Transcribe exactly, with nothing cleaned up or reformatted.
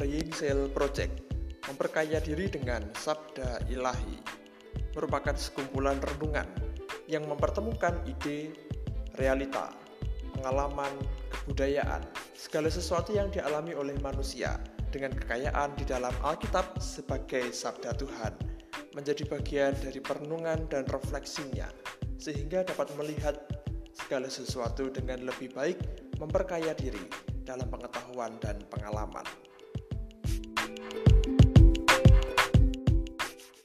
Praying Seal Project, memperkaya diri dengan Sabda Ilahi, merupakan sekumpulan renungan yang mempertemukan ide, realita, pengalaman, kebudayaan, segala sesuatu yang dialami oleh manusia dengan kekayaan di dalam Alkitab sebagai Sabda Tuhan, menjadi bagian dari perenungan dan refleksinya, sehingga dapat melihat segala sesuatu dengan lebih baik, memperkaya diri dalam pengetahuan dan pengalaman.